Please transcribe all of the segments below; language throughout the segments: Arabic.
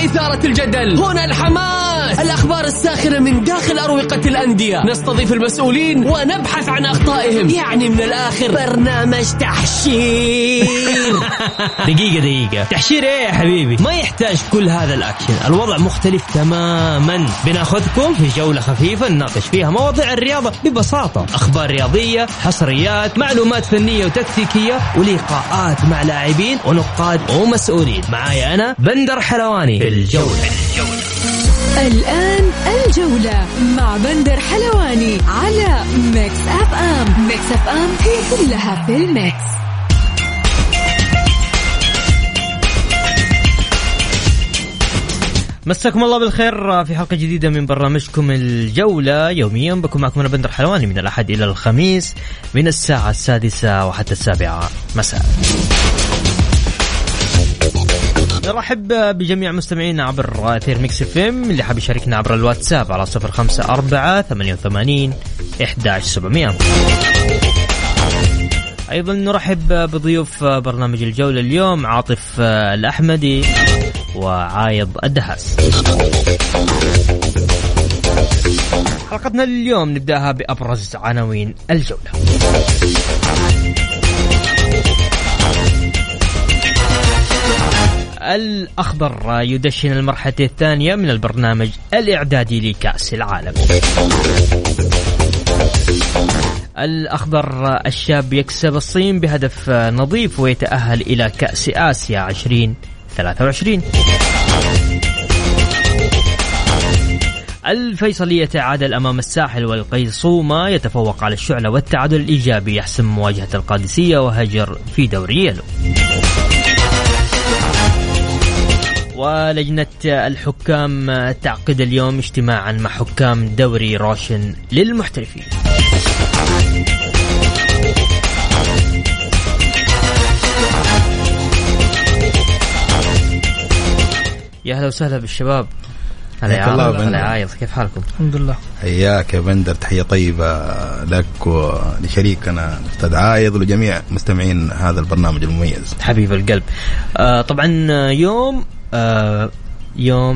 وإثارة الجدل. هنا الحماس، الأخبار الساخنة من داخل أروقة الأندية، نستضيف المسؤولين ونبحث عن أخطائهم. يعني من الآخر برنامج تحشير. دقيقة تحشير ايه يا حبيبي؟ ما يحتاج كل هذا الأكشن، الوضع مختلف تماما. بناخذكم في جولة خفيفة نناقش فيها مواضيع الرياضة ببساطة، أخبار رياضية، حصريات، معلومات فنية وتكتيكية، ولقاءات مع لاعبين ونقاد ومسؤولين. معايا أنا بندر حلواني في الجولة. الآن الجولة مع بندر حلواني على ميكس أف أم. ميكس أف أم هي كلها في الميكس. مساكم الله بالخير في حلقة جديدة من برنامجكم الجولة. يوميا بكون معكم أنا بندر حلواني من الأحد إلى الخميس من الساعة 6 وحتى 7 مساء. نرحب بجميع مستمعينا عبر أثير ميكس اف ام. اللي حاب يشاركنا عبر الواتساب على 0548811700. أيضا نرحب بضيوف برنامج الجولة اليوم، عاطف الأحمدي وعايض الدهاس. حلقتنا اليوم نبدأها بأبرز عناوين الجولة. الأخضر يدشن المرحلة الثانية من البرنامج الإعدادي لكأس العالم. الأخضر الشاب يكسب الصين بهدف نظيف ويتأهل إلى كأس آسيا 2023. الفيصلي يتعادل أمام الساحل، والقيصومة يتفوق على الشعلة، والتعادل الإيجابي يحسم مواجهة القادسية وهجر في دوري يلو. ولجنة الحكام تعقد اليوم اجتماعا مع حكام دوري روشن للمحترفين. يا أهلا وسهلا بالشباب. هلا عايض، كيف حالكم؟ الحمد لله. حياك يا بندر، تحية طيبة لك ولشريكنا الأستاذ عايض ولجميع مستمعين هذا البرنامج المميز. حبيب القلب. طبعا يوم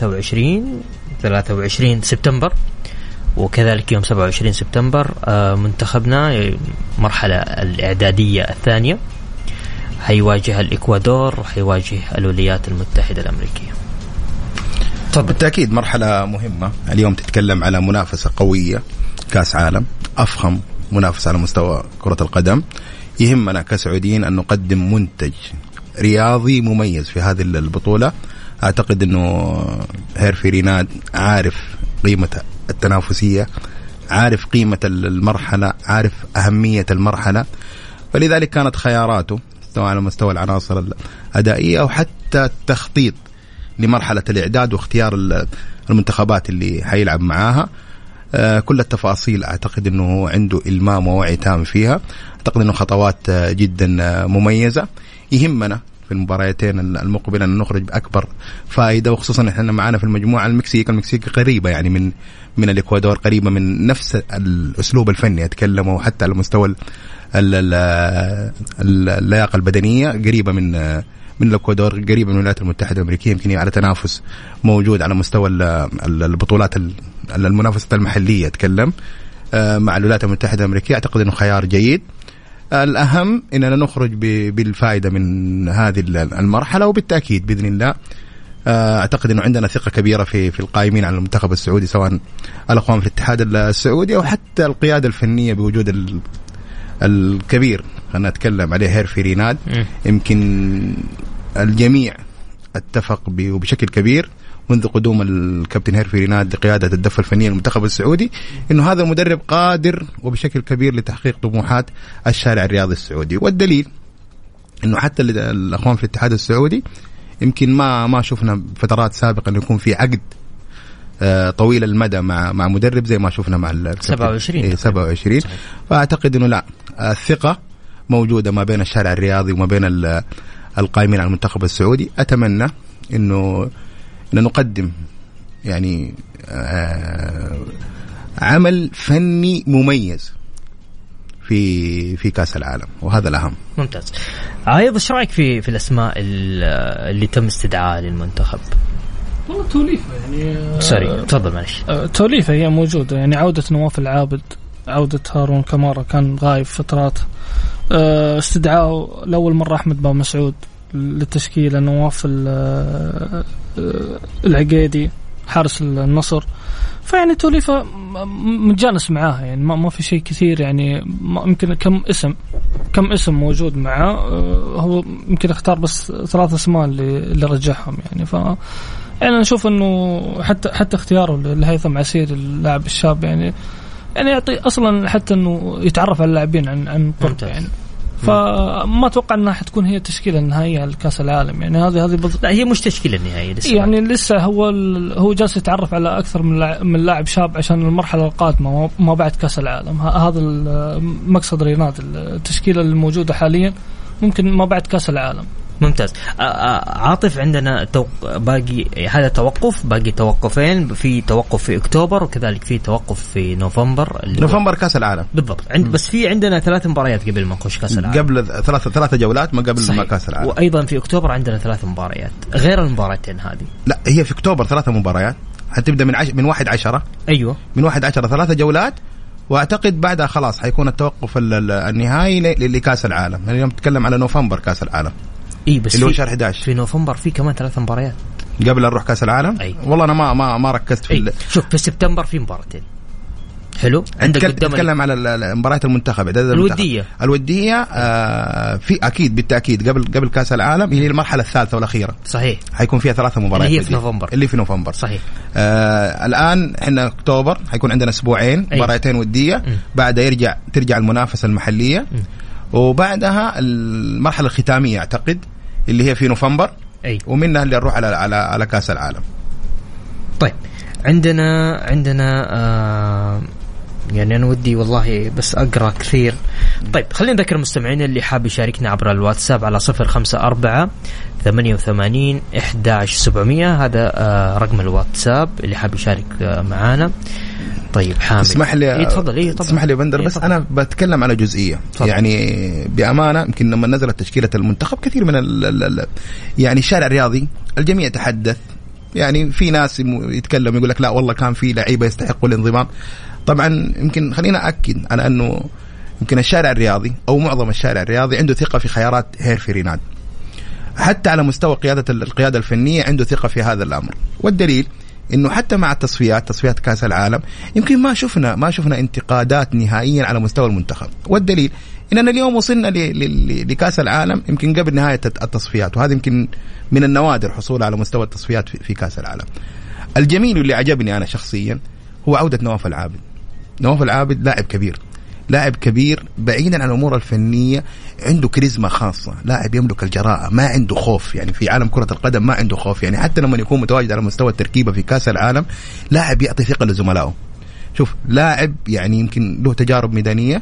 23 سبتمبر وكذلك يوم 27 سبتمبر منتخبنا مرحلة الإعدادية الثانية هيواجه الإكوادور وهيواجه الولايات المتحدة الأمريكية. بالتأكيد مرحلة مهمة. اليوم تتكلم على منافسة قوية، كأس عالم، أفخم منافسة على مستوى كرة القدم. يهمنا كسعوديين أن نقدم منتج رياضي مميز في هذه البطولة. أعتقد أنه هيرفي ريناد عارف قيمة التنافسية، عارف قيمة المرحلة، عارف أهمية المرحلة، فلذلك كانت خياراته سواء على مستوى العناصر الأدائية أو حتى التخطيط لمرحلة الإعداد واختيار المنتخبات اللي حيلعب معاها. كل التفاصيل أعتقد أنه عنده إلمام ووعي تام فيها. أعتقد أنه خطوات جدا مميزة. يهمنا في المباريتين المقبلة أن نخرج بأكبر فائدة، وخصوصا إحنا معنا في المجموعة المكسيك قريبة يعني من الإكوادور، قريبة من نفس الأسلوب الفني أتكلموا، حتى على مستوى اللياقة البدنية قريبة من الإكوادور، قريبة من الولايات المتحدة الأمريكية. يمكن على تنافس موجود على مستوى البطولات المنافسة المحلية أتكلم مع الولايات المتحدة الأمريكية. أعتقد أنه خيار جيد. الأهم أننا نخرج بالفائدة من هذه المرحلة، وبالتأكيد بإذن الله أعتقد أنه عندنا ثقة كبيرة في القائمين على المنتخب السعودي، سواء الأخوان في الاتحاد السعودي أو حتى القيادة الفنية بوجود الكبير خلنا نتكلم عليه هيرفي ريناد. يمكن الجميع اتفق وبشكل كبير منذ قدوم الكابتن هيرفي ريناد لقيادة الدفة الفنية للمنتخب السعودي إنه هذا المدرب قادر وبشكل كبير لتحقيق طموحات الشارع الرياضي السعودي. والدليل إنه حتى الأخوان في الاتحاد السعودي يمكن ما شفنا فترات سابقة إنه يكون في عقد طويل المدى مع مدرب زي ما شفنا مع 27. فأعتقد إنه لا، الثقة موجودة ما بين الشارع الرياضي وما بين القائمين على المنتخب السعودي. أتمنى إنه نقدم يعني عمل فني مميز في كأس العالم، وهذا الأهم. ممتاز. عايض، ايش رايك في الأسماء اللي تم استدعاء للمنتخب؟ والله توليفة يعني سوري تفضل معلش. توليفة هي موجودة يعني، عودة نواف العابد، عودة هارون كمارا كان غايب فترات، استدعاء لأول مرة أحمد بن مسعود للتشكيلة، نواف العقيدي حارس النصر. فيعني توليفة متجانس معاها يعني ما في شيء كثير يعني، يمكن كم اسم موجود معه، هو يمكن اختار بس 3 اسماء اللي رجعهم يعني. يعني نشوف انه حتى اختياره لهيثم عسير اللاعب الشاب يعني يعطي اصلا حتى انه يتعرف على اللاعبين عن قرب يعني. فما اتوقع انها حتكون هي التشكيله النهائيه لكاس العالم يعني. هذه لا هي مش تشكيله النهائيه لسه يعني، لسه هو جالس يتعرف على اكثر من لاعب شاب عشان المرحله القادمه ما بعد كاس العالم. هذا المقصد ريناد، التشكيله الموجوده حاليا ممكن ما بعد كاس العالم. ممتاز. عاطف، عندنا باقي هذا توقف، باقي توقفين، في توقف في أكتوبر وكذلك في توقف في نوفمبر كأس العالم بالضبط. بس في عندنا 3 مباريات قبل ما نخش كأس العالم، قبل 3 جولات ما قبل ما كأس العالم. وأيضا في أكتوبر عندنا 3 مباريات غير المباراتين هذه. لا هي في أكتوبر 3 مباريات هتبدأ من 1/10. أيوة من 1/10 3 جولات، واعتقد بعدها خلاص حيكون التوقف النهائي لكأس العالم. اليوم نتكلم على نوفمبر كأس العالم. بس اللي هو شهر 11 في نوفمبر في كمان 3 مباريات قبل نروح كاس العالم. والله انا ما ركزت في شوف في سبتمبر في مباراتين. حلو. عندك نتكلم على مباريات المنتخب الوديه في اكيد بالتاكيد قبل كاس العالم، هي المرحله الثالثه والاخيره. صحيح. حيكون فيها 3 مباريات اللي في نوفمبر. صحيح. الان احنا اكتوبر حيكون عندنا اسبوعين مباراتين وديه، بعدها ترجع المنافسه المحليه، وبعدها المرحله الختاميه اعتقد اللي هي في نوفمبر. ومنها اللي نروح على كاس العالم. طيب عندنا يعني أنا ودي والله بس أقرأ كثير. طيب خلينا نذكر المستمعين اللي حاب يشاركنا عبر الواتساب على 054-88-11700. هذا رقم الواتساب اللي حاب يشارك معانا. طيب حامد اسمح لي اسمح لي بندر، بس أنا بتكلم على جزئية يعني بأمانة. يمكن لما نزلت تشكيلة المنتخب كثير من يعني الشارع الرياضي الجميع تحدث يعني. في ناس يتكلم يقول لك لا والله كان في لعيبة يستحقوا الانضمام. طبعا يمكن خلينا أكد على أنه يمكن الشارع الرياضي أو معظم الشارع الرياضي عنده ثقة في خيارات هيرفي ريناد، حتى على مستوى القيادة الفنية عنده ثقة في هذا الأمر. والدليل إنه حتى مع تصفيات كأس العالم يمكن ما شفنا انتقادات نهائيا على مستوى المنتخب. والدليل إننا اليوم وصلنا لكأس العالم يمكن قبل نهاية التصفيات، وهذا يمكن من النوادر حصول على مستوى التصفيات في كأس العالم. الجميل واللي عجبني أنا شخصيا هو عودة نواف العابد. نواف العابد لاعب كبير بعيدا عن الأمور الفنية، عنده كاريزما خاصة، لاعب يملك الجراءة، ما عنده خوف يعني. في عالم كرة القدم ما عنده خوف يعني، حتى لما يكون متواجد على مستوى التركيبة في كأس العالم لاعب يعطي ثقة لزملائه. شوف لاعب يعني يمكن له تجارب ميدانية.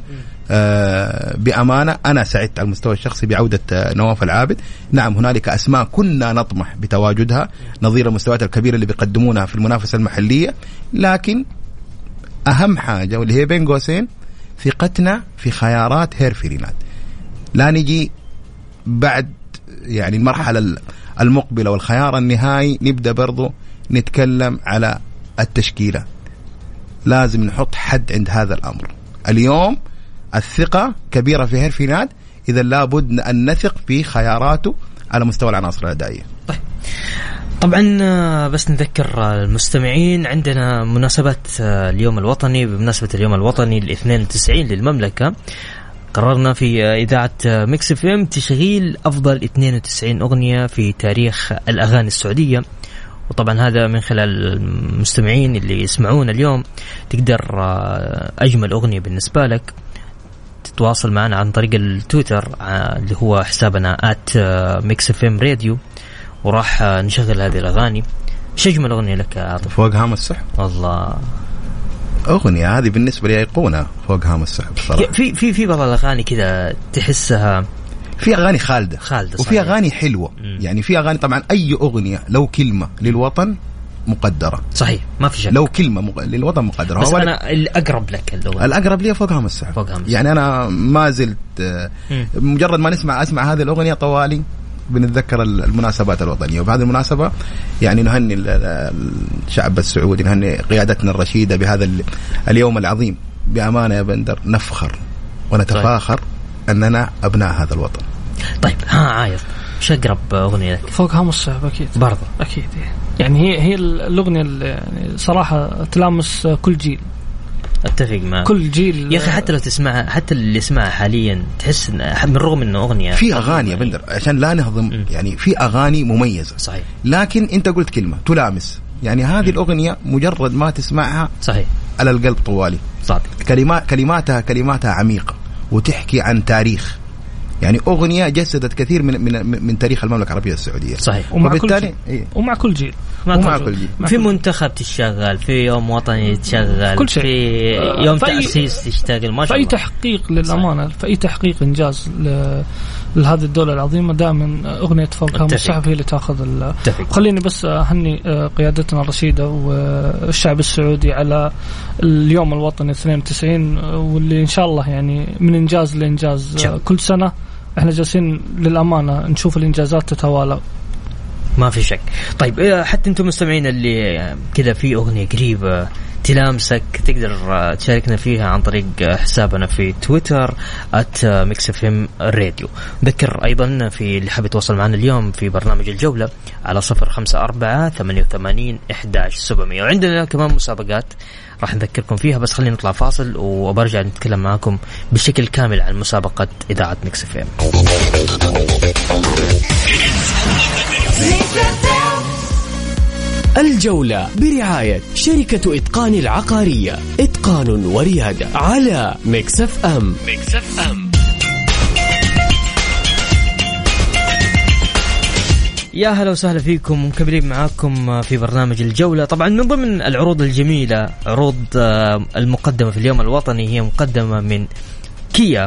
بأمانة أنا سعدت على المستوى الشخصي بعودة نواف العابد. نعم هنالك أسماء كنا نطمح بتواجدها نظير المستويات الكبيرة اللي بيقدمونها في المنافسة المحلية، لكن أهم حاجة واللي هي بين قوسين ثقتنا في خيارات هيرفي ريناد. لا نجي بعد يعني المرحلة المقبلة والخيار النهائي نبدأ برضو نتكلم على التشكيلة. لازم نحط حد عند هذا الأمر. اليوم الثقة كبيرة في هيرفي ريناد، إذا لابد أن نثق في خياراته على مستوى العناصر الأدائية. طيب طبعا بس نذكر المستمعين عندنا مناسبة اليوم الوطني. بمناسبة اليوم الوطني 92 للمملكة قررنا في إذاعة ميكس اف ام تشغيل أفضل 92 أغنية في تاريخ الأغاني السعودية. وطبعا هذا من خلال المستمعين اللي يسمعون اليوم تقدر أجمل أغنية بالنسبة لك تتواصل معنا عن طريق التويتر اللي هو حسابنا @mixfmradio، وراح نشغل هذه الأغاني. ايش أجمل أغنية لك يا عاطف؟ فوق هام السحب. الله، أغنية هذه بالنسبة لي أيقونة فوق هام السحب صراحة. في بعض الأغاني كذا تحسها في أغاني خالدة وفي أغاني حلوة. يعني في أغاني طبعا أي أغنية لو كلمة للوطن مقدرة. صحيح ما في شك. لو كلمة للوطن مقدرة. بس أنا الأقرب لك الأقرب لي فوق هام السحب. يعني أنا ما زلت مجرد ما أسمع هذه الأغنية طوالي بنتذكر المناسبات الوطنية. وبهذه المناسبة يعني نهني الشعب السعودي، نهني قيادتنا الرشيدة بهذا اليوم العظيم. بأمانة يا بندر نفخر ونتفاخر أننا أبناء هذا الوطن. طيب عايض شو أقرب أغنية لك؟ فوق هام الصعب أكيد برضه أكيد. يعني هي الأغنية اللي يعني صراحة تلامس كل جيل. اتفق معك. كل جيل يا اخي حتى لو تسمعها، حتى اللي يسمعها حاليا تحس من رغم انه اغنيه في اغاني يا بندر عشان لا نهضم يعني في اغاني مميزه صحيح، لكن انت قلت كلمه تلامس، يعني هذه الاغنيه مجرد ما تسمعها صحيح على القلب طوالي. صادق. كلماتها عميقه وتحكي عن تاريخ، يعني أغنية جسدت كثير من تاريخ المملكة العربية السعودية. صحيح. وبالتالي ومع كل جيل ومع كل جيل في منتخب تشتغل، في يوم وطني تشتغل، كل شيء. في يوم تأسيس تشتغل، ما شاء الله. في تحقيق للأمانة، في تحقيق إنجاز لهذه الدولة العظيمة دائما أغنية فوق هام الصعب هي اللي تأخذ. خليني بس أهني قيادتنا الرشيدة والشعب السعودي على اليوم الوطني 92، واللي إن شاء الله يعني من إنجاز لإنجاز كل سنة احنا جالسين للأمانة نشوف الإنجازات تتوالى، ما في شك. طيب حتى انتم مستمعين اللي كذا في أغنية قريبة تلامسك تقدر تشاركنا فيها عن طريق حسابنا في تويتر @mixfmradio. نذكر أيضا في اللي حاب يتواصل معنا اليوم في برنامج الجولة على 0548811700. وعندنا كمان مسابقات راح نذكركم فيها، بس خلينا نطلع فاصل وبرجع نتكلم معكم بشكل كامل عن مسابقة إذاعة ميكس اف ام. الجولة برعاية شركة إتقان العقارية، إتقان وريادة، على ميكس اف ام. ميكس اف ام. يا هلا وسهلا فيكم، مكملين معاكم في برنامج الجولة. طبعا من ضمن العروض الجميلة عروض المقدمة في اليوم الوطني هي مقدمة من كيا.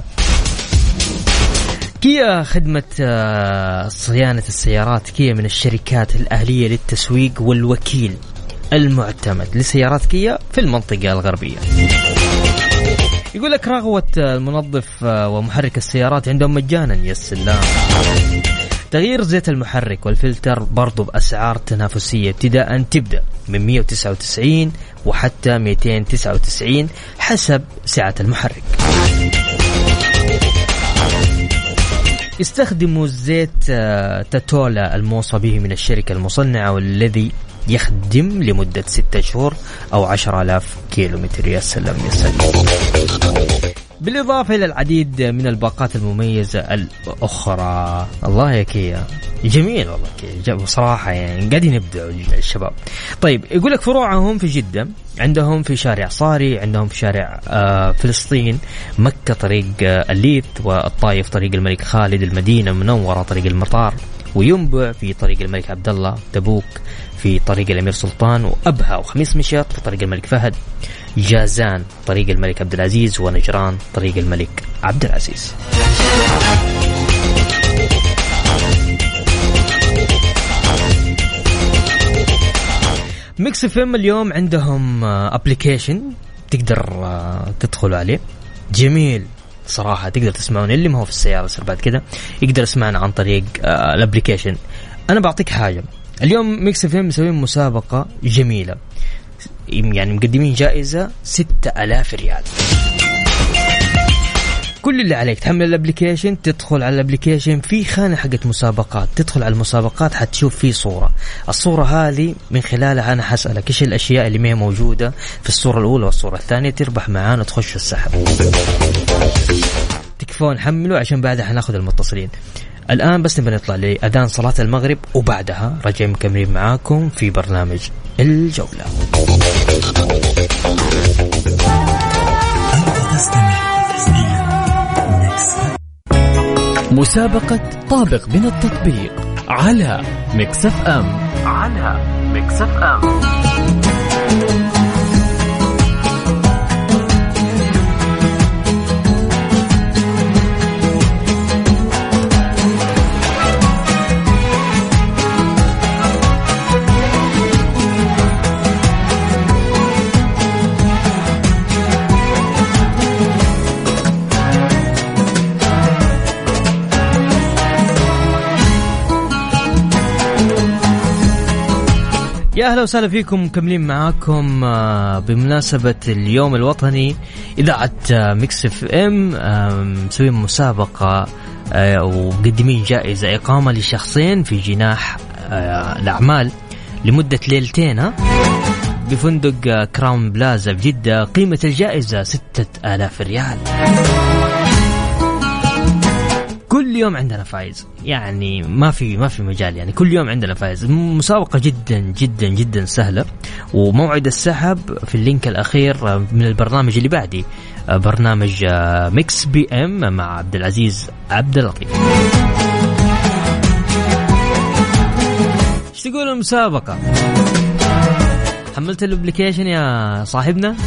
كيا خدمة صيانة السيارات. كيا من الشركات الأهلية للتسويق والوكيل المعتمد لسيارات كيا في المنطقة الغربية. يقول لك رغوة المنظف ومحرك السيارات عندهم مجانا. يا سلام. تغيير زيت المحرك والفلتر برضو بأسعار تنافسية، تبدأ من 199 وحتى 299 حسب سعة المحرك. استخدموا زيت تاتولا الموصى به من الشركة المصنعة والذي يخدم لمدة 6 شهور أو 10,000 كيلومتر. يا سلام يا سلام. بالإضافة إلى العديد من الباقات المميزة الأخرى. الله يا كيا جميل والله كيا بصراحة، يعني قاعدين يبدعوا الشباب. طيب يقول لك فروعهم في جدة، عندهم في شارع صاري، عندهم في شارع فلسطين، مكة طريق الليث، والطائف طريق الملك خالد، المدينة منورة طريق المطار، وينبع في طريق الملك عبد الله، تبوك في طريق الأمير سلطان، وأبها وخميس مشيط في طريق الملك فهد، جازان طريق الملك عبد العزيز، ونجران طريق الملك عبد العزيز. ميكس اف ام اليوم عندهم ابليكيشن تقدر تدخل عليه، جميل صراحة. تقدر تسمعون اللي ما هو في السيارة صار بعد كده يقدر يسمعنا عن طريق الابليكيشن. أنا بعطيك حاجة اليوم، ميكس اف ام مسوين مسابقة جميلة، يعني مقدمين جائزة 6000 ريال. كل اللي عليك تحمل الابليكيشن، تدخل على الابليكيشن في خانة حقت مسابقات، تدخل على المسابقات حتشوف فيه صورة. الصورة هذه من خلالها أنا حسألك إيش الأشياء اللي ما هي موجودة في الصورة الأولى والصورة الثانية، تربح معانا تخش في السحب. تكفون حملوا عشان بعدها حناخذ المتصلين. الآن بس نبي نطلع لأذان صلاة المغرب وبعدها رجع مكملين معاكم في برنامج الجولة. مسابقة طابق من التطبيق على ميكس اف ام. على ميكس اف ام. يا أهلا وسهلا فيكم، مكملين معاكم بمناسبة اليوم الوطني. إذاعة ميكس اف ام مسوين مسابقة ومقدمين جائزة إقامة لشخصين في جناح الأعمال لمدة ليلتين بفندق كراون بلازا بجدة. قيمة الجائزة 6000 ريال. كل يوم عندنا فايز، يعني ما في مجال، يعني كل يوم عندنا فايز. مسابقة جدا جدا جدا سهلة، وموعد السحب في اللينك الأخير من البرنامج اللي بعدي، برنامج ميكس بي ام مع عبد العزيز عبد اللطيف. ايش تقول المسابقة؟ حملت الابليكيشن يا صاحبنا؟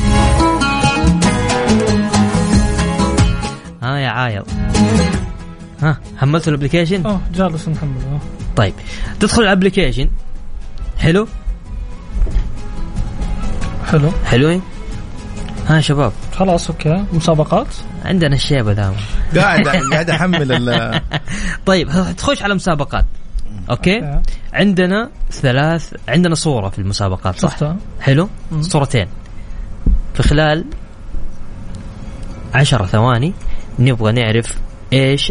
يا عايض، حملت الابليكيشن؟ جالس نحمله. طيب تدخل الابليكيشن. حلوين. شباب خلاص اوكي. مسابقات عندنا الشيبة ذا قاعد احمل طيب تخش على مسابقات. اوكي. عندنا عندنا صورة في المسابقات، صح؟ حلو. صورتين في خلال 10 ثواني نبغى نعرف ايش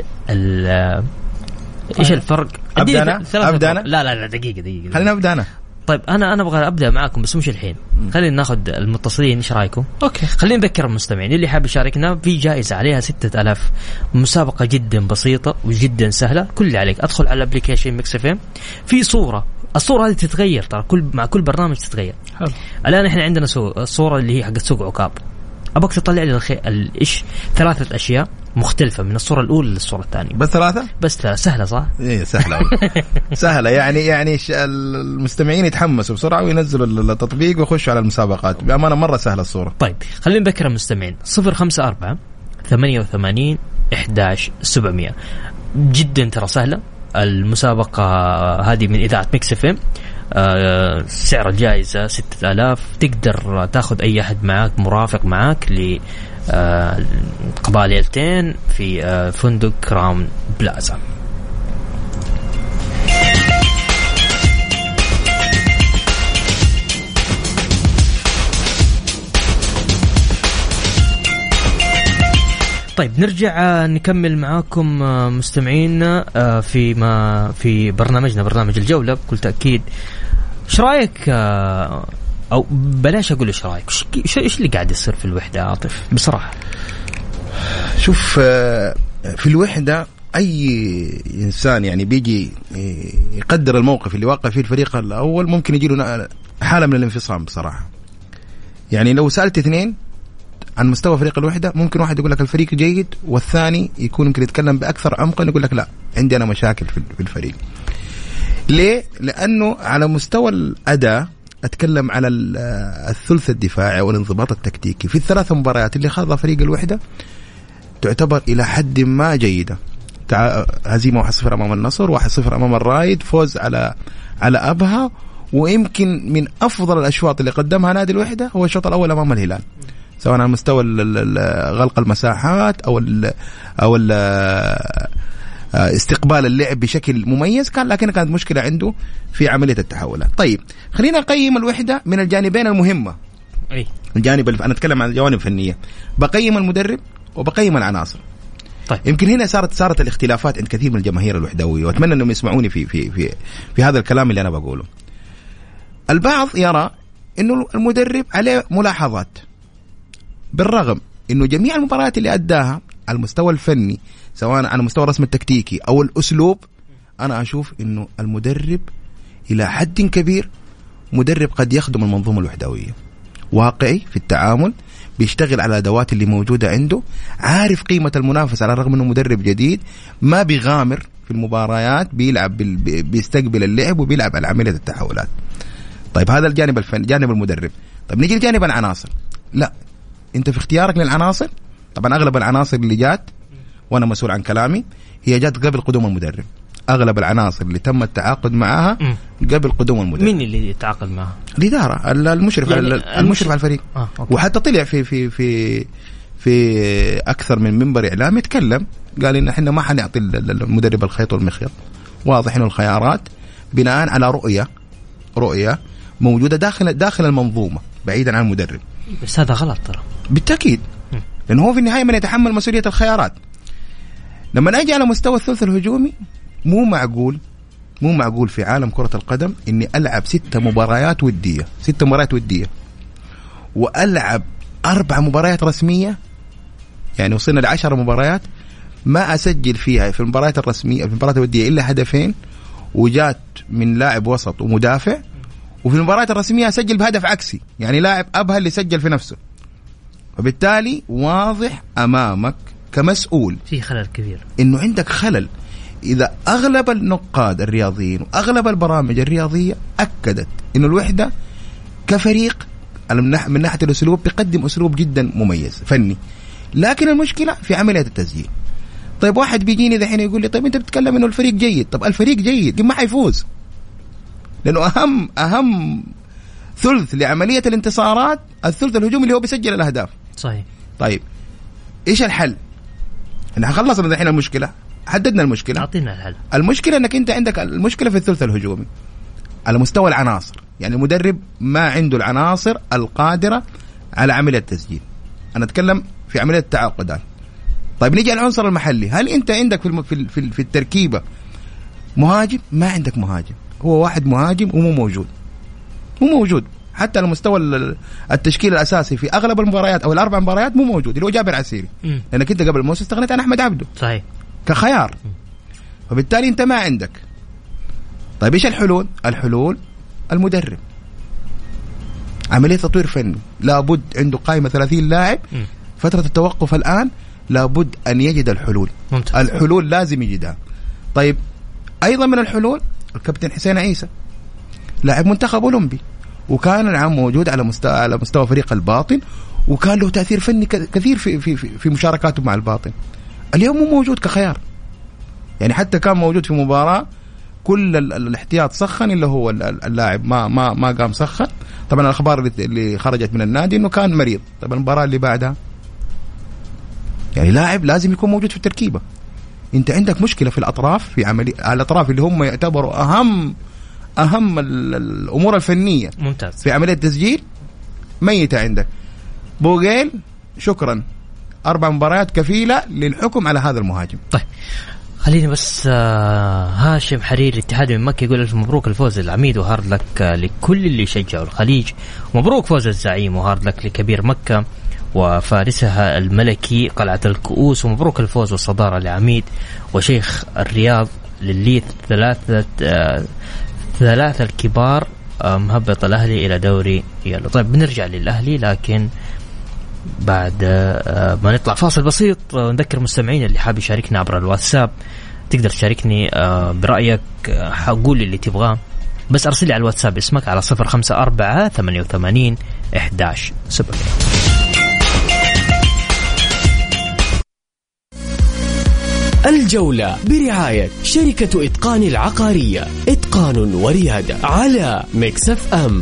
الفرق. ابدا انا لا دقيقة خلينا ابدا انا. طيب انا ابغى ابدا معاكم بس مش الحين. خلينا ناخذ المتصلين، ايش رايكم؟ اوكي. خلينا نذكر المستمعين اللي حاب يشاركنا في جائزة عليها 6000. مسابقة جدا بسيطة وجدا سهلة. كل اللي عليك ادخل على الابليكيشن ميكس اف ام، في الصورة هذه تتغير ترى، مع كل برنامج تتغير. حلو. الان احنا عندنا الصورة اللي هي حق سوق عكاظ. أبغاك تطلع لي إيش 3 أشياء مختلفة من الصورة الأولى للصورة الثانية. بس 3 سهلة صح؟ إيه سهلة سهلة. يعني المستمعين يتحمسوا بسرعة وينزلوا التطبيق ويخشوا على المسابقات. بأمانة مرة سهلة الصورة. طيب خلينا نذكر المستمعين 054 88 11 700. جدا ترى سهلة المسابقة هذه من إذاعة ميكس اف ام. سعر الجائزة 6000. تقدر تاخذ أي أحد معك، مرافق معك لقضاء ليلتين في فندق كراون بلازا. طيب نرجع نكمل معاكم مستمعينا في برنامجنا، برنامج الجولة بكل تأكيد. ايش رايك، او بلاش اقول ايش رايك، ايش اللي قاعد يصير في الوحدة عاطف بصراحة؟ شوف، في الوحدة اي انسان يعني بيجي يقدر الموقف اللي واقع فيه الفريق الاول ممكن يجي له حالة من الانفصام بصراحة. يعني لو سألت 2 عن مستوى فريق الوحدة، ممكن واحد يقول لك الفريق جيد، والثاني يكون يمكن يتكلم بأكثر عمقا يقول لك لا عندي أنا مشاكل في الفريق. ليه؟ لأنه على مستوى الأداء أتكلم على الثلث الدفاعي والانضباط التكتيكي في ال3 مباريات اللي خاضها فريق الوحدة تعتبر إلى حد ما جيدة. هزيمة 1-0 أمام النصر، 1-0 أمام الرايد، فوز على أبها، ويمكن من أفضل الأشواط اللي قدمها نادي الوحدة هو الشوط الأول أمام الهلال، سواء على مستوى غلق المساحات أو استقبال اللعب بشكل مميز كان، لكن كانت مشكلة عنده في عملية التحولات. طيب خلينا نقيم الوحدة من الجانبين المهمة. الجانب أنا أتكلم عن الجوانب الفنية، بقيم المدرب وبقيم العناصر. طيب. يمكن هنا صارت الاختلافات عند كثير من الجماهير الوحدوية، وأتمنى أنهم يسمعوني في هذا الكلام اللي أنا بقوله. البعض يرى أنه المدرب عليه ملاحظات، بالرغم أنه جميع المباريات اللي أداها على المستوى الفني سواء على مستوى الرسم التكتيكي أو الأسلوب، أنا أشوف أنه المدرب إلى حد كبير مدرب قد يخدم المنظومة الوحدوية، واقعي في التعامل، بيشتغل على الأدوات اللي موجودة عنده، عارف قيمة المنافس على الرغم أنه مدرب جديد، ما بيغامر في المباريات، بيلعب بيستقبل اللعب وبيلعب على عملية التحولات. طيب هذا الجانب الفني، جانب المدرب. طيب نيجي لجانب العناصر. لا، انت في اختيارك للعناصر، طبعا اغلب العناصر اللي جات وانا مسؤول عن كلامي هي جات قبل قدوم المدرب. اغلب العناصر اللي تم التعاقد معها قبل قدوم المدرب. مين اللي يتعاقد معها؟ الاداره، المشرف يعني المشرف على الفريق. وحتى طلع في اكثر من منبر اعلامي يتكلم، قال ان احنا ما حنعطي المدرب الخيط والمخيط، واضح انه الخيارات بناء على رؤيه موجودة داخل المنظومة بعيدا عن المدرب. بس هذا غلط ترى بالتأكيد، لأنه هو في النهاية من يتحمل مسؤولية الخيارات. لما أجي على مستوى الثلث الهجومي مو معقول في عالم كرة القدم إني ألعب 6 مباريات ودية وألعب 4 مباريات رسمية، يعني وصلنا ل10 مباريات ما أسجل فيها في المباريات الرسمية في المباريات الودية إلا هدفين وجات من لاعب وسط ومدافع، وفي المباريات الرسمية أسجل بهدف عكسي، يعني لاعب أبها اللي سجل في نفسه. وبالتالي واضح أمامك كمسؤول في خلل كبير، إنه عندك خلل. إذا أغلب النقاد الرياضيين وأغلب البرامج الرياضية أكدت إنه الوحدة كفريق من ناحية الأسلوب بيقدم أسلوب جدا مميز فني، لكن المشكلة في عملية التسجيل. طيب واحد بيجيني ذحين يقول لي طيب أنت بتتكلم إنه الفريق جيد. طب الفريق جيد ما حيفوز، لأنه أهم ثلث لعملية الانتصارات الثلث الهجومي اللي هو بيسجل الأهداف. صحيح. طيب إيش الحل؟ إحنا خلصنا ذحين المشكلة، حددنا المشكلة، أعطينا الحل. المشكلة أنك أنت عندك المشكلة في الثلث الهجومي على مستوى العناصر، يعني المدرب ما عنده العناصر القادرة على عملية التسجيل. أنا أتكلم في عملية التعاقدات. طيب نيجي على العنصر المحلي، هل أنت عندك في التركيبة مهاجم؟ ما عندك مهاجم، هو واحد مهاجم ومو موجود حتى على مستوى التشكيل الأساسي في أغلب المباريات أو ال4 مباريات مو موجود، اللي هو جابر عسيري، لأنك أنت قبل الموسم استغنيت عن أحمد عبده. صحيح. كخيار. وبالتالي أنت ما عندك. طيب إيش الحلول المدرب، عملية تطوير فني، لابد عنده قائمة 30 لاعب. فترة التوقف الآن لابد أن يجد الحلول. ممتاز. الحلول لازم يجدها. طيب أيضا من الحلول الكابتن حسين عيسى لاعب منتخب أولمبي، وكان العام موجود على مستوى فريق الباطن، وكان له تأثير فني كثير في مشاركاته مع الباطن. اليوم مو موجود كخيار، يعني حتى كان موجود في مباراة كل الاحتياط سخن إلا هو اللاعب ما قام سخن. طبعا الأخبار اللي خرجت من النادي إنه كان مريض. طبعا المباراة اللي بعدها يعني لاعب لازم يكون موجود في التركيبة. أنت عندك مشكلة في الأطراف، في الأطراف اللي هم يعتبروا أهم الأمور الفنية. ممتاز. في عملية التسجيل ميتة عندك. بوغيل شكرا، 4 مباريات كفيلة للحكم على هذا المهاجم. طيب خليني بس هاشم حرير الاتحاد من مكة يقول مبروك الفوز العميد وهارد لك لكل اللي شجعوا الخليج، ومبروك فوز الزعيم وهارد لك لكبير مكة وفارسها الملكي قلعة الكؤوس، ومبروك الفوز والصدارة لعميد وشيخ الرياض للي ثلاثة الكبار مهبط الأهلي إلى دوري يلو. طيب بنرجع للأهلي، لكن بعد ما نطلع فاصل بسيط نذكر مستمعين اللي حاب يشاركنا عبر الواتساب تقدر تشاركني برأيك، حقول اللي تبغاه، بس أرسل لي على الواتساب اسمك على 054-88-11-7. الجولة برعاية شركة إتقان العقارية، إتقان وريادة، على ميكس اف ام.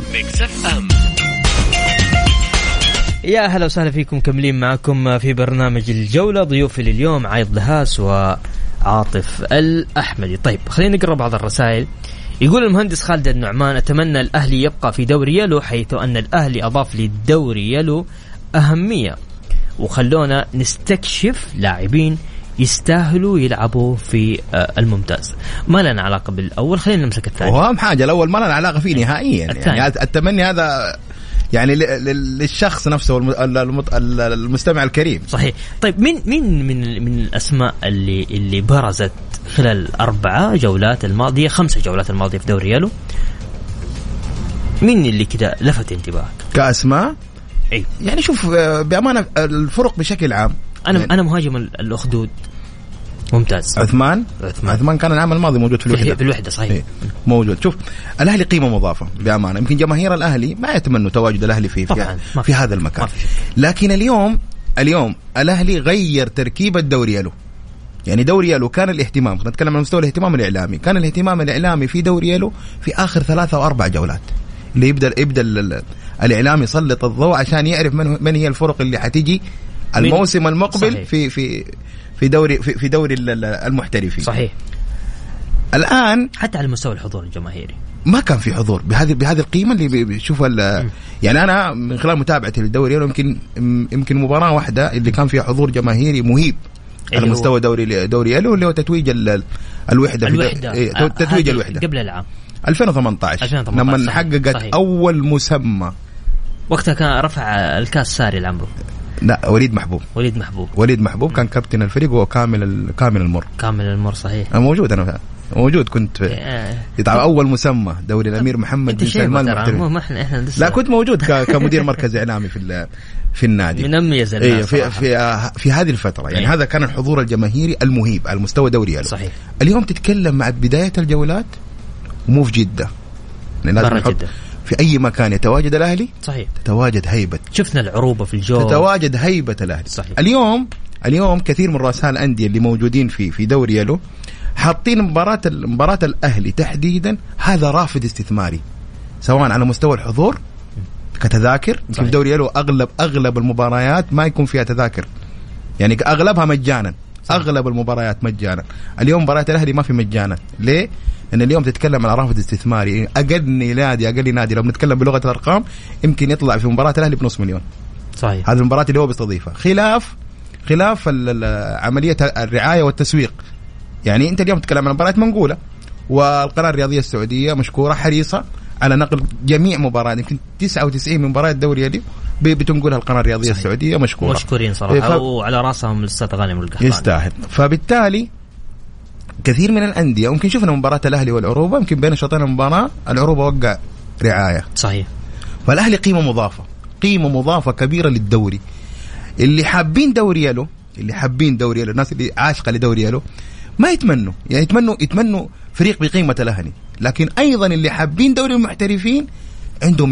يا أهلا وسهلا فيكم، كملين معكم في برنامج الجولة. ضيوفي لليوم عايض لهاس وعاطف الأحمدي. طيب خلينا نقرأ بعض الرسائل. يقول المهندس خالد النعمان أتمنى الأهلي يبقى في دوري يلو، حيث أن الأهلي أضاف للدوري يلو أهمية، وخلونا نستكشف لاعبين يستاهلوا يلعبوا في الممتاز. ما لنا علاقة بالأول، خلينا نمسك الثاني. وأهم حاجة الأول ما لنا علاقة فيه نهائيا، يعني التمني هذا يعني للشخص نفسه المستمع الكريم. صحيح. طيب من الأسماء اللي برزت خلال 4 جولات الماضية 5 جولات الماضية في دوري يلو، مين اللي كده لفت انتباهك كأسماء؟ أي يعني شوف بأمانة الفرق بشكل عام، أنا مهاجم الأخدود ممتاز. عثمان كان العام الماضي موجود في الوحدة صحيح موجود. شوف الأهلي قيمة مضافة بأمانة، يمكن جماهير الأهلي ما يتمنوا تواجد الأهلي في هذا المكان، لكن اليوم الأهلي غير تركيبة دوري يلو. يعني دوري يلو كان الاهتمام، نتكلم عن مستوى الاهتمام الإعلامي، كان الاهتمام الإعلامي في دوري يلو في آخر 3 أو 4 جولات اللي يبدأ الإعلام يسلط الضوء عشان يعرف من هي الفرق اللي حتيجي الموسم المقبل صحيح. في دوري المحترفين. صحيح. الآن حتى على مستوى الحضور الجماهيري ما كان في حضور بهذه القيمه اللي بيشوفها. يعني انا من خلال متابعتي للدوري يمكن مباراه واحده اللي كان فيها حضور جماهيري مهيب على مستوى دوري يلو، اللي هو تتويج الوحده تتويج الوحده قبل العام 2018 لما حققت اول مسمى. وقتها كان رفع الكاس ساري العمرو. لا وليد محبوب كان كابتن الفريق، وهو كامل المر صحيح. انا موجود كنت اول مسمى دوري الامير محمد بن سلمان المحترف. لا كنت موجود كمدير مركز اعلامي في النادي منميز في هذه الفتره. يعني هذا كان الحضور الجماهيري المهيب على مستوى دوري صحيح. اليوم تتكلم مع بدايه الجولات مو في جده، لازم جدة. في أي مكان يتواجد الأهلي صحيح تتواجد هيبة. شفنا العروبة في الجو، تتواجد هيبة الأهلي صحيح. اليوم كثير من رؤساء الأندية اللي موجودين في دوري يلو حاطين مباراة الأهلي تحديدا هذا رافد استثماري، سواء على مستوى الحضور كتذاكر. في دوري يلو أغلب المباريات ما يكون فيها تذاكر، يعني أغلبها مجانا صحيح. أغلب المباريات مجانا. اليوم مباراة الأهلي ما في مجانا. ليه؟ إن اليوم تتكلم على رافد استثماري. أقل نادي لو بنتكلم بلغة الأرقام يمكن يطلع في مباراة الأهلي بنص مليون صحيح. هذه المباراة اللي هو بيستضيفها، خلاف عملية الرعاية والتسويق. يعني أنت اليوم تتكلم عن مباراة منقولة، والقناة الرياضية السعودية مشكورة حريصة على نقل جميع مباريات، يمكن 99 من مباريات الدوري اليوم بتنقلها القناة الرياضية صحيح. السعودية مشكورين صراحة وعلى راسهم الأستاذ غانم القحطاني يستاهل. فبالتالي كثير من الأندية ممكن شفنا مباراة الأهلي والعروبة، يمكن بين شوطين المباراة العروبة وقع رعاية صحيح. فالأهلي قيمة مضافة كبيرة للدوري. اللي حابين دوري يلو الناس اللي عاشقة لدوري يلو ما يتمنوا، يعني يتمنوا فريق بقيمة الأهلي، لكن أيضا اللي حابين دوري المحترفين عندهم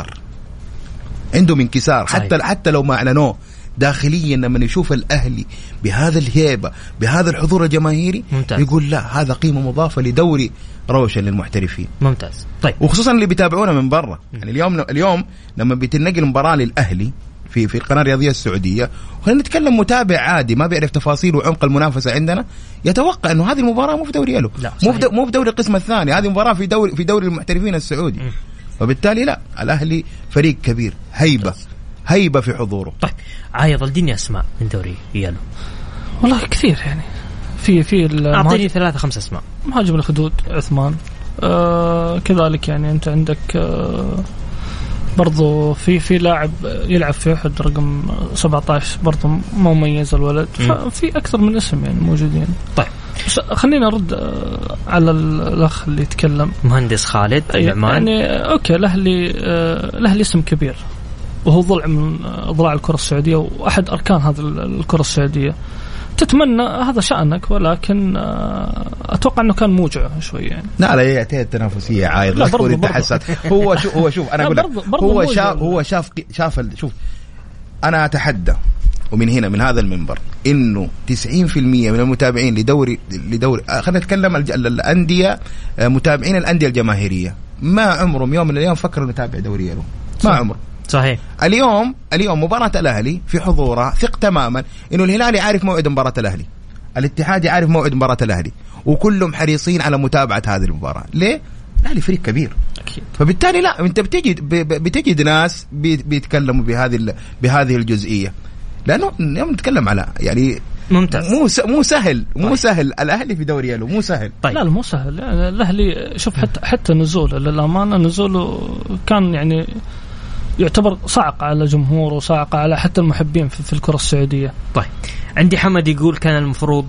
انكسار حتى لو ما أعلنوه داخليا. لما يشوف الأهلي بهذا الهيبة بهذا الحضور الجماهيري ممتاز. يقول لا هذا قيمة مضافة لدوري روشن للمحترفين ممتاز. طيب وخصوصا اللي بيتابعونا من برا، يعني اليوم لما بتنقل مباراة للأهلي في القناة الرياضية السعودية، وخلينا نتكلم متابع عادي ما بيعرف تفاصيل وعمق المنافسة عندنا، يتوقع إنه هذه المباراة مو في دوري يلو، مو في دوري القسم الثاني، هذه مباراة في دوري المحترفين السعودي. وبالتالي لا، الأهلي فريق كبير، هيبة في حضوره. طيب عايض الدنيا أسماء من دوري يلو والله كثير، يعني في أعطيني 3-5 أسماء. مهاجم الخدود عثمان، كذلك يعني أنت عندك برضو في لاعب يلعب في أحد رقم 17 برضو مميز الولد. ففي أكثر من اسم يعني موجودين. طيب بس خلينا نرد على الأخ اللي يتكلم مهندس خالد النعمان. يعني أوكي الأهلي اسم كبير، وهو ضلع من ضلع الكرة السعودية وأحد أركان هذا الكرة السعودية. تتمنى هذا شأنك، ولكن أتوقع أنه كان موجع شوي يعني. لا يأتي التنافسية عايض لا تقول التحسد. هو شوف أنا أقول هو شاف أنا أتحدى ومن هنا من هذا المنبر إنه 90% من المتابعين لدوري خلينا نتكلم الأندية، متابعين الأندية الجماهيرية ما عمرهم يوم من الأيام فكروا نتابع دوري يلو، ما عمره صحيح. اليوم مباراة الأهلي في حضورها ثق تماما إنه الهلالي عارف موعد مباراة الأهلي، الاتحاد عارف موعد مباراة الأهلي، وكلهم حريصين على متابعة هذه المباراة. ليه؟ الأهلي فريق كبير أكيد. فبالتالي لا، أنت بتجد ناس بيتكلموا بهذه الجزئية، لأنه اليوم نتكلم على يعني ممتاز. مو سهل الأهلي في دوري يلو، مو سهل. طيب. لا مو سهل الأهلي. شوف حتى نزوله للأمانة، نزوله كان يعني يعتبر صعق على جمهوره وصعق على حتى المحبين في الكرة السعودية. طيب عندي حمد يقول كان المفروض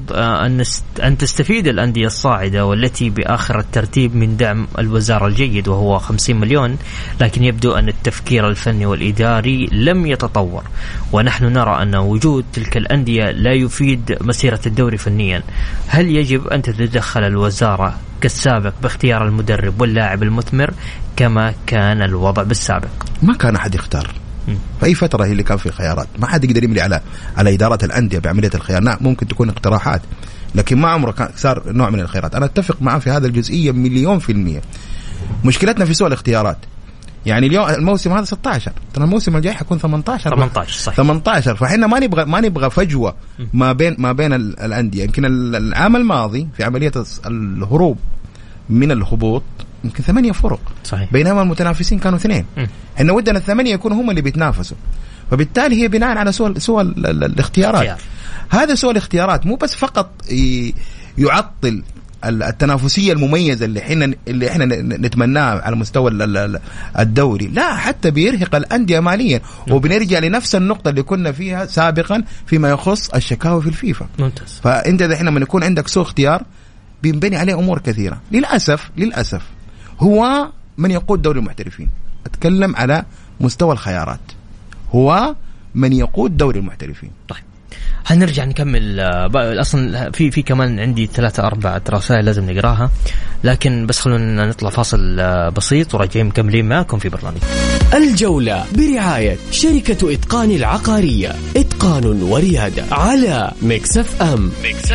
أن تستفيد الأندية الصاعدة والتي بآخر الترتيب من دعم الوزارة الجيد وهو 50 مليون، لكن يبدو أن التفكير الفني والإداري لم يتطور، ونحن نرى أن وجود تلك الأندية لا يفيد مسيرة الدوري فنيا. هل يجب أن تتدخل الوزارة كالسابق باختيار المدرب واللاعب المثمر كما كان الوضع بالسابق؟ ما كان أحد يختار في أي فترة هي اللي كان في خيارات، ما حد يقدر يملي على إدارة الأندية بعملية الخيار. نعم ممكن تكون اقتراحات، لكن ما عمره كان صار نوع من الخيارات. أنا أتفق معه في هذا الجزئية 1,000,000%. مشكلتنا في سوء الاختيارات. يعني اليوم الموسم هذا 16، ترى الموسم الجاي حيكون 18 صحيح. 18. فإحنا ما نبغى فجوة ما بين الأندية. يمكن العام الماضي في عملية الهروب من الهبوط يمكن 8 فرق. صحيح. بينما المتنافسين كانوا 2. إحنا ودنا ال8 يكونوا هم اللي بيتنافسوا، فبالتالي هي بناء على سوى الاختيارات. هذا سوى الاختيارات مو بس فقط يعطل التنافسية المميزة اللي احنا نتمناها على مستوى الدوري، لا حتى بيرهق الأندية ماليا، وبنرجع لنفس النقطة اللي كنا فيها سابقا فيما يخص الشكاوى في الفيفا. ممتاز. فأنت دحين لما يكون عندك سوء اختيار بينبني عليه أمور كثيرة. للأسف هو من يقود دوري المحترفين، أتكلم على مستوى الخيارات، هو من يقود دوري المحترفين. طيب هنرجع نكمل. اصلا في كمان عندي 3-4 رسائل لازم نقراها، لكن بس خلونا نطلع فاصل بسيط وراجعين مكملين معكم في برنامج الجولة برعاية شركة إتقان العقارية، إتقان وريادة، على ميكس اف ام.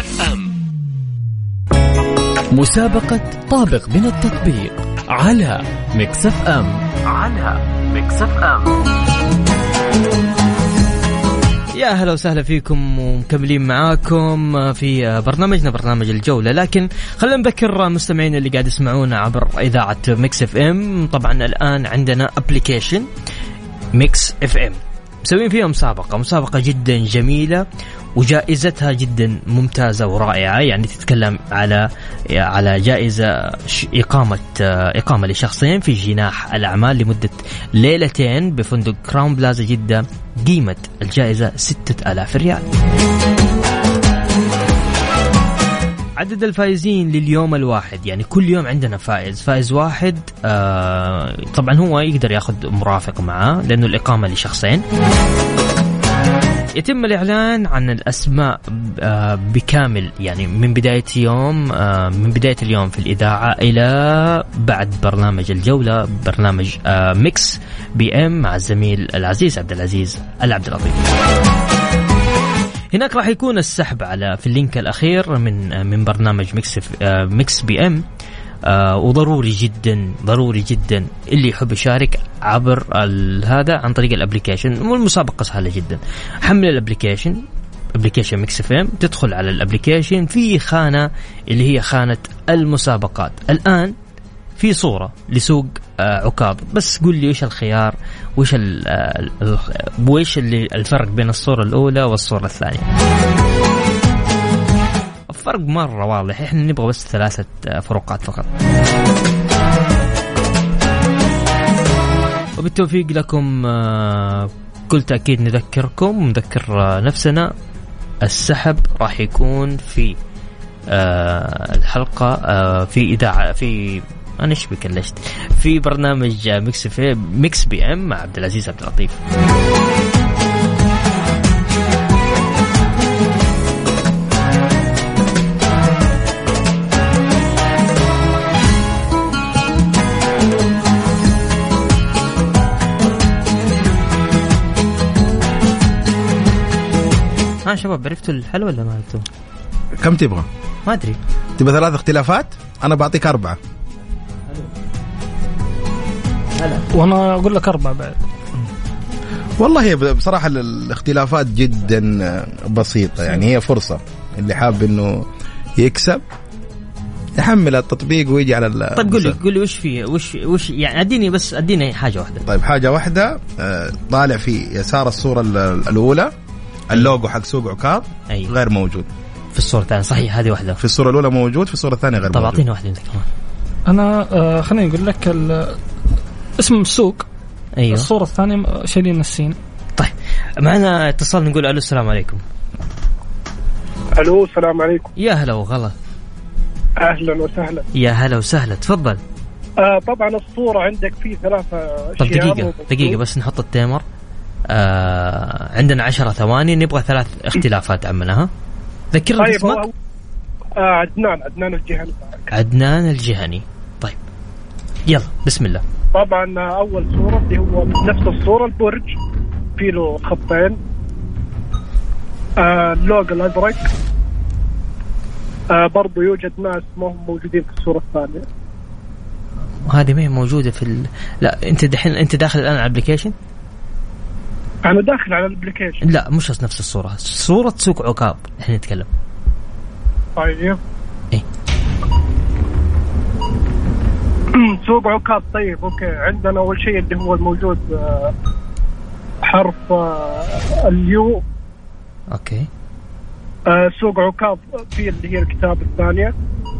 مسابقة طابق من التطبيق على ميكس اف ام. يا هلا وسهلا فيكم ومكملين معاكم في برنامجنا برنامج الجولة. لكن خلينا نذكر مستمعين اللي قاعد يسمعونا عبر إذاعة ميكس اف ام، طبعا الآن عندنا ابليكيشن ميكس اف ام مسوين فيها مسابقة جدا جميلة وجائزتها جدا ممتازة ورائعة. يعني تتكلم على جائزة إقامة لشخصين في جناح الأعمال لمدة ليلتين بفندق كراون بلازا جدة. قيمة الجائزة 6000 ريال. عدد الفائزين لليوم الواحد، يعني كل يوم عندنا فائز واحد. طبعا هو يقدر ياخذ مرافق معاه لأنه الإقامة لشخصين. يتم الإعلان عن الأسماء بكامل، يعني من بداية اليوم في الإذاعة إلى بعد برنامج الجولة، برنامج ميكس بي ام مع الزميل العزيز عبد العزيز العبد اللطيف. هناك راح يكون السحب في اللينك الأخير من برنامج ميكس بي ام. وضروري جدا اللي يحب يشارك عبر هذا عن طريق الابليكيشن، والمسابقة سهلة جدا. حمل الابليكيشن ميكس اف ام، تدخل على الابليكيشن في خانة اللي هي خانة المسابقات. الآن في صورة لسوق عكاظ، بس قل لي وش الخيار، وش اللي الفرق بين الصورة الأولى والصورة الثانية. فرق مرة واضح، احنا نبغى بس 3 فروقات فقط. وبالتوفيق لكم كل تأكيد. نذكر نفسنا السحب راح يكون في الحلقة في إذاعة أنا إيش بكلشت في برنامج ميكس بي ام مع عبد العزيز عبد اللطيف. شباب عرفتوا الحل ولا ما عرفتوا؟ كم تبغى؟ ما أدري. تبغى 3 اختلافات؟ أنا بعطيك 4. وأنا أقول لك 4 بعد. والله بصراحة الاختلافات جدا بسيطة، يعني هي فرصة اللي حاب إنه يكسب يحمل التطبيق ويجي على طيب قول لي وش فيه وش يعني اديني حاجة واحدة. طيب حاجة واحدة، طالع في يسار الصورة الأولى اللوجو حق سوق عكاظ. أيوة. غير موجود في الصورة الثانية. صحيح، هذه واحدة. في الصورة الأولى موجود، في الصورة الثانية غير موجود. موجود. طب أعطيني واحدة أنت كمان. أنا خليني أقول لك اسم السوق. أيوة. الصورة الثانية شايلين السين. طيب معنا اتصال، نقول ألو السلام عليكم. ألو السلام عليكم. يا هلا وغلا. أهلا وسهلا. يا هلا وسهلا، تفضل. طبعا الصورة عندك فيه 3 طب دقيقة بس نحط التيمر. عندنا 10 ثواني، نبغى 3 اختلافات عمنا. ذكرنا طيب اسمك. عدنان الجهني. عدنان الجهني. طيب يلا بسم الله. طبعا أول صورة اللي هو نفس الصورة، البرج فيه له خطين، اللوجو الأزرق. برضو يوجد ناس ما هم موجودين في الصورة الثانية. هذه ما هي موجودة لا أنت داخل الآن على الابليكيشن. أنا داخل على الابليكيشن. لا مش نفس الصورة، صورة سوق عكاظ احنا نتكلم. طيب إيه؟ سوق عكاظ. طيب اوكي، عندنا اول شيء اللي هو الموجود حرف اليو. اوكي. سوق عكاظ في اللي هي الكتابة الثانية.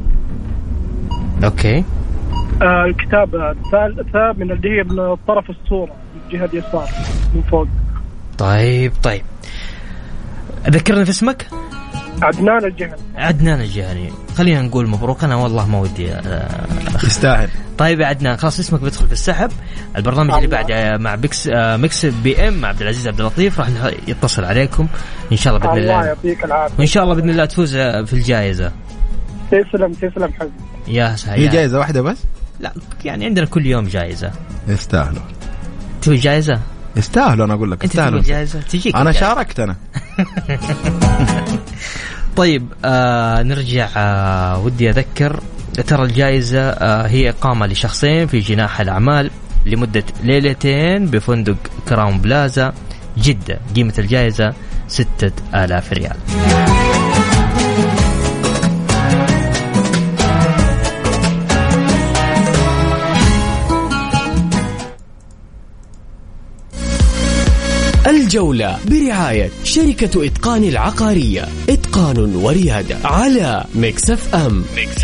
اوكي. الكتابة الثالثة من اللي هي من طرف الصورة الجهة اليسار من فوق. طيب ذكرني في اسمك. عدنان الجهني. عدنان الجهني. خلينا نقول مبروك. أنا والله ما ودي يستاهل. طيب يا عدنان خلاص اسمك بيدخل في السحب. البرنامج اللي بعد مع ميكس بي ام مع عبد العزيز عبد اللطيف راح يتصل عليكم إن شاء الله بإذن الله. الله يعطيك العافية. وإن شاء الله بإذن الله تفوز في الجائزة. تسلم حبيبي. يا سهل. هي جائزة واحدة بس؟ لا يعني عندنا كل يوم جائزة. يستاهلوا. تبي جائزة؟ يستاهلوا. أنا أقول لك يستاهلوا. جائزة تجيك. أنا شاركت أنا. طيب نرجع. ودي أذكر ترى الجائزة هي إقامة لشخصين في جناح الأعمال لمدة ليلتين بفندق كراون بلازا جدة. قيمة الجائزة 6,000 ريال. الجولة برعاية شركة إتقان العقارية، إتقان وريادة، على ميكس اف ام.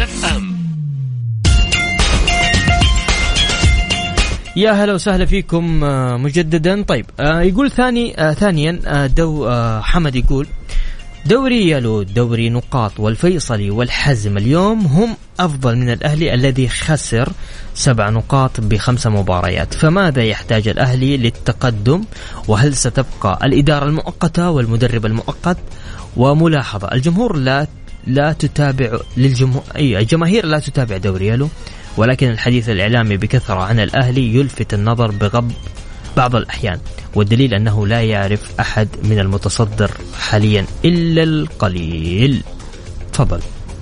يا هلا وسهلا فيكم مجددا. طيب يقول ثانيا حمد يقول دوري يلو، دوري نقاط والفيصلي والحزم اليوم هم أفضل من الأهلي الذي خسر 7 نقاط ب5 مباريات. فماذا يحتاج الأهلي للتقدم؟ وهل ستبقى الإدارة المؤقتة والمدرب المؤقت؟ وملاحظة الجمهور لا تتابع الجماهير لا تتابع دوري يلو، ولكن الحديث الإعلامي بكثرة عن الأهلي يلفت النظر بغض بعض الأحيان، والدليل أنه لا يعرف أحد من المتصدر حاليا إلا القليل. تفضل.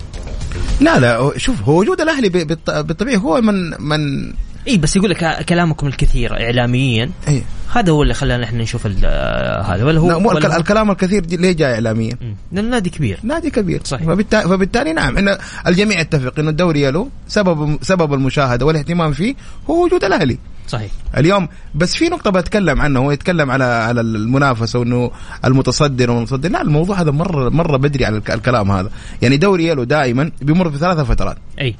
لا شوف، هو وجود الأهلي بالطبيعي هو من بس يقول لك كلامكم الكثير إعلاميا هذا هو اللي خلانا احنا نشوف هذا، ولا هو الكلام الكثير ليه جاء إعلاميا؟ لأنه نادي كبير صحيح. فبالتالي نعم إن الجميع يتفق إنه الدوري يلو سبب المشاهدة والاهتمام فيه هو وجود الأهلي. صحيح. اليوم بس في نقطة بتكلم عنه، هو يتكلم على المنافسة وإنه المتصدر. لا، الموضوع هذا مرة بدري على الكلام هذا. يعني دوري يلو دائما بيمر ب3 فترات.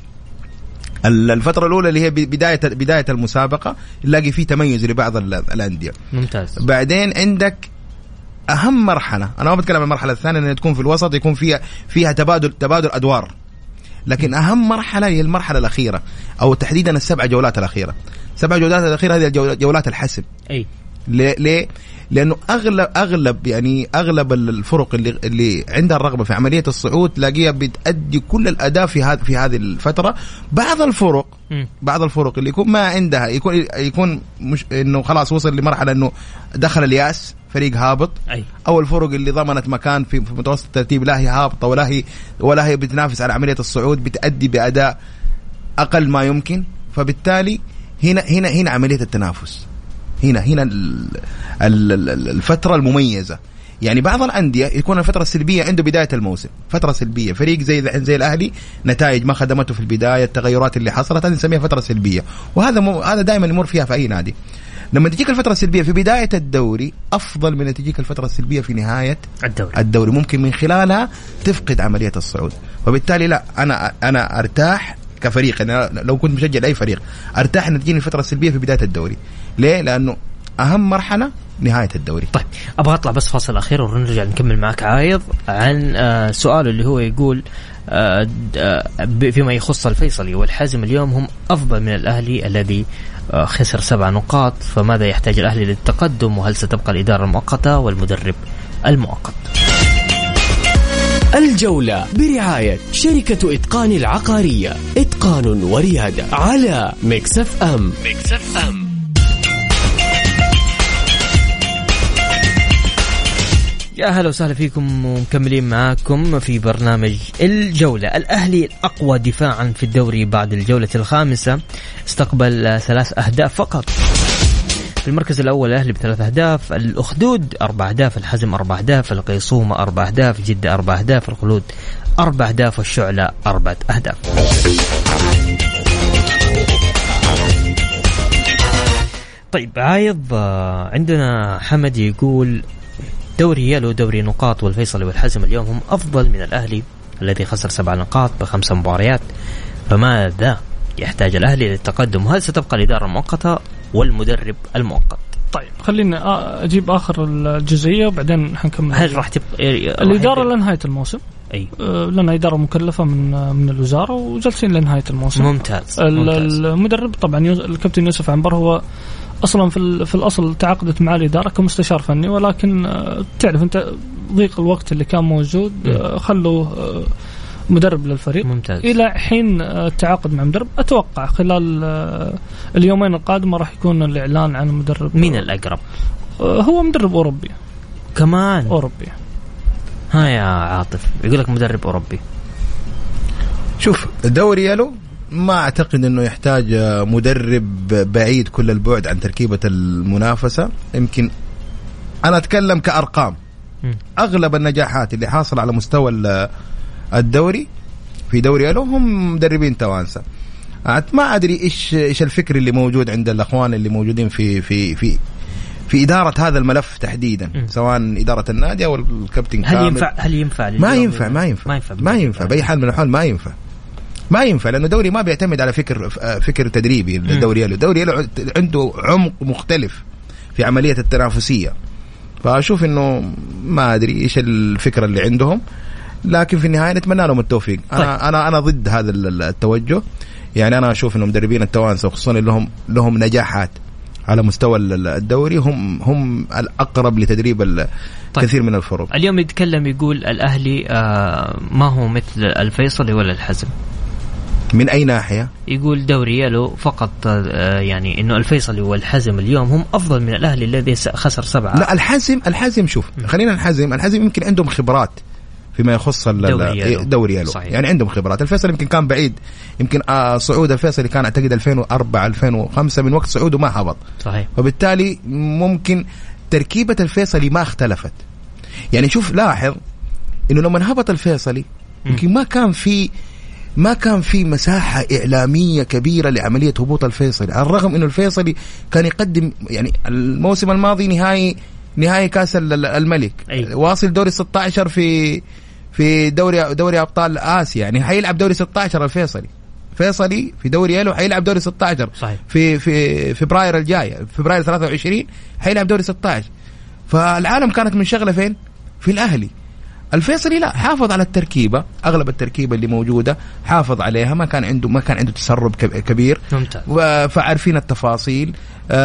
الفترة الأولى اللي هي بداية المسابقة نلاقي فيه تميز لبعض الأندية. ممتاز. بعدين عندك أهم مرحلة، أنا ما بتكلم عن المرحلة الثانية أنها تكون في الوسط، يكون فيها تبادل أدوار. لكن أهم مرحلة هي المرحلة الأخيرة، أو تحديدا 7 جولات الأخيرة. 7 جولات الأخيرة هذه جولات الحسم. ليه؟ لأنه أغلب الفرق اللي عندها الرغبة في عملية الصعود تلاقيها بتأدي كل الأداء في هذه الفترة. بعض الفرق اللي يكون ما عندها يكون مش إنه خلاص وصل لمرحلة إنه دخل الياس، فريق هابط. أو الفرق اللي ضمنت مكان في متوسط الترتيب لا هي هابطة ولا هي بتنافس على عملية الصعود، بتأدي بأداء أقل ما يمكن. فبالتالي هنا عملية التنافس، هنا الفترة المميزة. يعني بعض الأندية يكون الفترة السلبية عنده بداية الموسم، فترة سلبية، فريق زي الأهلي نتائج ما خدمته في البداية، التغيرات اللي حصلت هذه نسميها فترة سلبية، وهذا دائما يمر فيها في أي نادي. لما تجيك الفترة السلبية في بداية الدوري أفضل من تجيك الفترة السلبية في نهاية الدوري، ممكن من خلالها تفقد عملية الصعود. وبالتالي لا، أنا أرتاح كفريق. أنا لو كنت مشجع لأي فريق أرتاح أن تجيني الفترة السلبية في بداية الدوري. ليه؟ لأنه أهم مرحلة نهاية الدوري. طيب أبغى أطلع بس فاصل أخير ونرجع نكمل معك عايض عن سؤال اللي هو يقول فيما يخص الفيصلي والحازم اليوم هم أفضل من الأهلي الذي خسر 7 نقاط. فماذا يحتاج الأهلي للتقدم؟ وهل ستبقى الإدارة المؤقتة والمدرب المؤقت؟ الجولة برعاية شركة إتقان العقارية، إتقان وريادة، على ميكس اف ام. يا هلا وسهلا فيكم ومكملين معاكم في برنامج الجولة. الأهلي الأقوى دفاعا في الدوري بعد الجولة الخامسة، استقبل 3 أهداف فقط. في المركز الأول الأهلي ب3 أهداف، الأخدود 4 أهداف، الحزم 4 أهداف، القيصومة 4 أهداف، جدة 4 أهداف، الخلود 4 أهداف، والشعلة 4 أهداف. طيب عايض، عندنا حمد يقول دوري يلو دوري نقاط والفيصلي والحزم اليوم هم أفضل من الأهلي الذي خسر 7 نقاط ب5 مباريات، فماذا يحتاج الأهلي للتقدم؟ هل ستبقى الإدارة المؤقتة والمدرب المؤقت؟ طيب خلينا أجيب آخر الجزئية وبعدين حنكمل. هل راح تبقى الإدارة لنهاية الموسم؟ أي لنا إدارة مكلفة من الوزارة وجلسين لنهاية الموسم. ممتاز. المدرب طبعا الكابتن يوسف عنبر هو أصلا في الأصل تعاقدت مع الإدارة كمستشار فني، ولكن تعرف أنت ضيق الوقت اللي كان موجود خلوه مدرب للفريق. ممتاز. إلى حين التعاقد مع مدرب أتوقع خلال اليومين القادمة راح يكون الإعلان عن مدرب. مين الأقرب؟ هو مدرب أوروبي كمان. أوروبي. ها يا عاطف يقول لك مدرب أوروبي. شوف الدوري يلو ما أعتقد أنه يحتاج مدرب بعيد كل البعد عن تركيبة المنافسة. يمكن أنا أتكلم كأرقام، أغلب النجاحات اللي حاصل على مستوى الدوري في دوري يلو هم مدربين توانسة. ما أدري إيش الفكر اللي موجود عند الأخوان اللي موجودين في إدارة هذا الملف تحديدا، سواء إدارة النادي أو الكابتن كامل. هل ينفع؟ ما ينفع بأي حال من الأحوال. ما ينفع لأنه دوري ما بيعتمد على فكر تدريبي. الدوري يلو عنده عمق مختلف في عملية التنافسية، فأشوف إنه ما أدري إيش الفكرة اللي عندهم، لكن في النهاية نتمنى لهم التوفيق. أنا ضد هذا التوجه. يعني أنا أشوف إنه مدربين التوانسة وخصوصا اللي لهم نجاحات على مستوى الدوري هم الأقرب لتدريب كثير من الفرق. اليوم يتكلم يقول الأهلي ما هو مثل الفيصلي ولا الحزم. من أي ناحية؟ يقول دوري يلو فقط، يعني إنه الفيصلي والحزم اليوم هم أفضل من الأهلي الذي خسر 7. لا الحزم شوف خلينا الحزم يمكن عندهم خبرات فيما يخص الدوري يلو. يعني عندهم خبرات. الفيصل يمكن كان بعيد، يمكن صعود الفيصل كان أعتقد 2004 2005 من وقت صعوده ما هبط. صحيح. وبالتالي ممكن تركيبة الفيصلي ما اختلفت. يعني شوف لاحظ إنه لما هبط الفيصلي يمكن ما كان في مساحة إعلامية كبيرة لعملية هبوط الفيصلي، على الرغم إنه الفيصلي كان يقدم يعني الموسم الماضي نهائي كاس الملك. واصل دوري 16 في دوري أبطال آسيا. يعني حيلعب دوري 16 الفيصلي في دوري يلو حيلعب دوري 16. صحيح. في فبراير الجاي، فبراير 23 حيلعب دوري 16. فالعالم كانت منشغلة فين؟ في الأهلي. الفيصلي لا، حافظ على التركيبة، أغلب التركيبة اللي موجودة حافظ عليها، ما كان عنده تسرب كبير. ممتاز. فعارفين التفاصيل.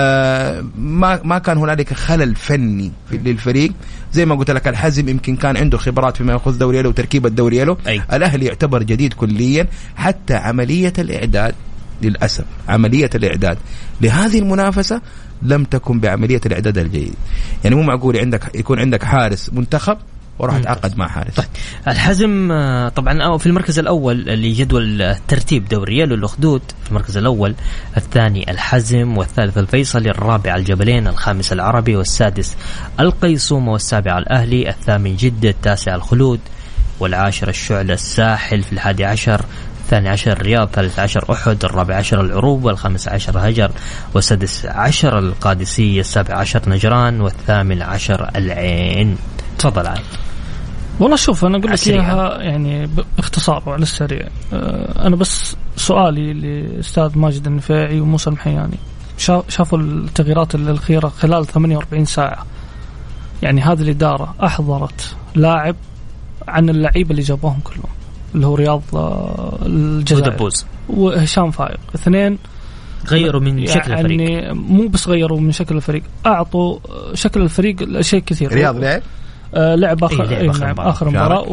ما كان هنالك خلل فني للفريق. زي ما قلت لك الحزم يمكن كان عنده خبرات فيما يخص دوري يلو وتركيبة دوري يلو. الأهلي يعتبر جديد كليا. حتى عملية الإعداد للأسف عملية الإعداد لهذه المنافسة لم تكن بعملية الإعداد الجيد. يعني مو معقول يكون عندك حارس منتخب وراح اتعاقد مع حارس. طيب الحزم طبعا في المركز الأول لجدول ترتيب دوري يلو الأخدود، في المركز الأول، الثاني الحزم، والثالث الفيصلي، الرابع الجبلين، الخامس العربي، والسادس القيصوم، والسابع الأهلي، الثامن جدة، التاسع الخلود، والعاشر الشعلة، الساحل في 11، 12 الرياض، 13 أحد، 14 العروبة، 15 هجر، و16 القادسية، 17 نجران، و18 العين. تفضل عاد. والله شوف أنا أقول لك إياها يعني باختصار وعلى السريع. أنا بس سؤالي لأستاذ ماجد النفاعي وموسى المحياني، شافوا التغييرات الأخيرة خلال 48 ساعة. يعني هذه الإدارة أحضرت لاعب عن اللعيبة اللي جابوهم كلهم، اللي هو رياض الجزائر ودبوز وهشام فايق، اثنين غيروا من شكل الفريق. يعني مو بس غيروا من شكل الفريق، أعطوا شكل الفريق الأشياء كثير. رياض لعب آخر مباراة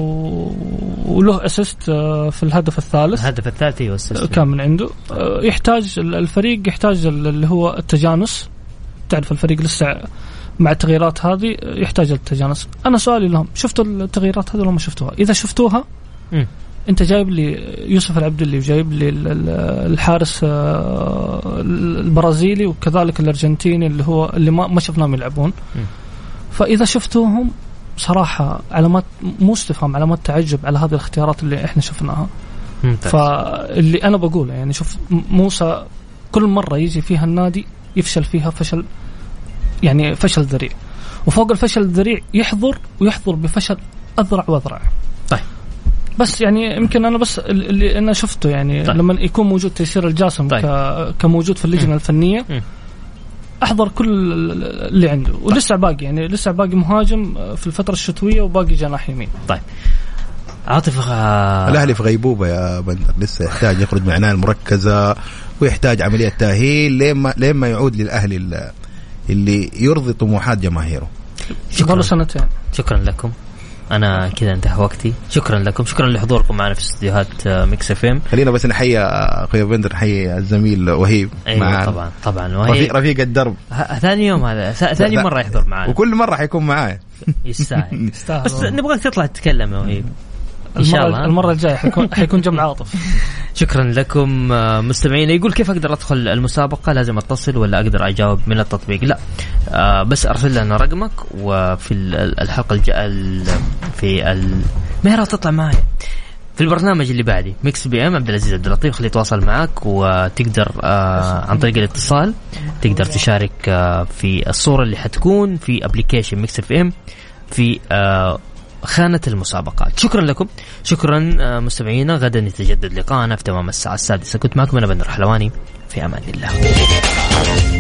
وله أسيست في الهدف الثالث. كان من عنده. يحتاج الفريق اللي هو التجانس. تعرف الفريق لسه مع التغييرات هذه يحتاج التجانس. أنا سؤالي لهم، شفتوا التغييرات هذه ولا ما شفتوها؟ إذا شفتوها أنت جايب لي يوسف العبدلي وجايب لي الحارس البرازيلي وكذلك الأرجنتيني اللي ما شفناهم يلعبون. فإذا شفتوهم صراحة علامات مو استفهام، علامات تعجب على هذه الاختيارات اللي احنا شفناها. فاللي أنا بقوله يعني شوف موسى كل مرة يجي فيها النادي يفشل فيها فشل يعني فشل ذريع، وفوق الفشل الذريع يحضر بفشل أذرع وأذرع. طيب بس يعني يمكن أنا بس اللي أنا شفته يعني طيب. لما يكون موجود تيسير الجاسم طيب. كموجود في اللجنة الفنية أحضر كل اللي عنده. ولسه باقي يعني لسه باقي مهاجم في الفترة الشتوية وباقي جناح يمين. طيب عاطف الأهلي في غيبوبة يا بندر، لسه يحتاج يخرج من العناية المركزة ويحتاج عملية تأهيل لين ما يعود للأهلي اللي يرضي طموحات جماهيره. شكرا سنتين. شكرا لكم، أنا كذا انتهى وقتي. شكرا لكم، شكرا لحضوركم معنا في استديوهات ميكس اف ام. خلينا بس نحيي أخوي بندر، نحيي الزميل وهيب. أيوة طبعا وهيب رفيق الدرب. ثاني يوم هذا ثاني مرة يحضر معنا، وكل مرة حيكون معايا. يستاهل. بس نبغاك تطلع تتكلم يا وهيب إن شاء الله. المرة الجاية حيكون جمع عاطف. شكرا لكم مستمعين. يقول كيف أقدر أدخل المسابقة؟ لازم أتصل ولا أقدر أجاوب من التطبيق؟ لا بس أرسل لنا رقمك، وفي الحلقة مهرة تطلع معي في البرنامج اللي بعدي ميكس بي ام. عبد العزيز عبد اللطيف خليه يتواصل معك، وتقدر عن طريق الاتصال تقدر تشارك في الصورة اللي حتكون في ابليكيشن ميكس اف ام في خانة المسابقات. شكرا لكم، شكرا مستمعينا. غدا يتجدد لقاءنا في تمام الساعة 6. كنت معكم أنا بندر حلواني، في أمان الله.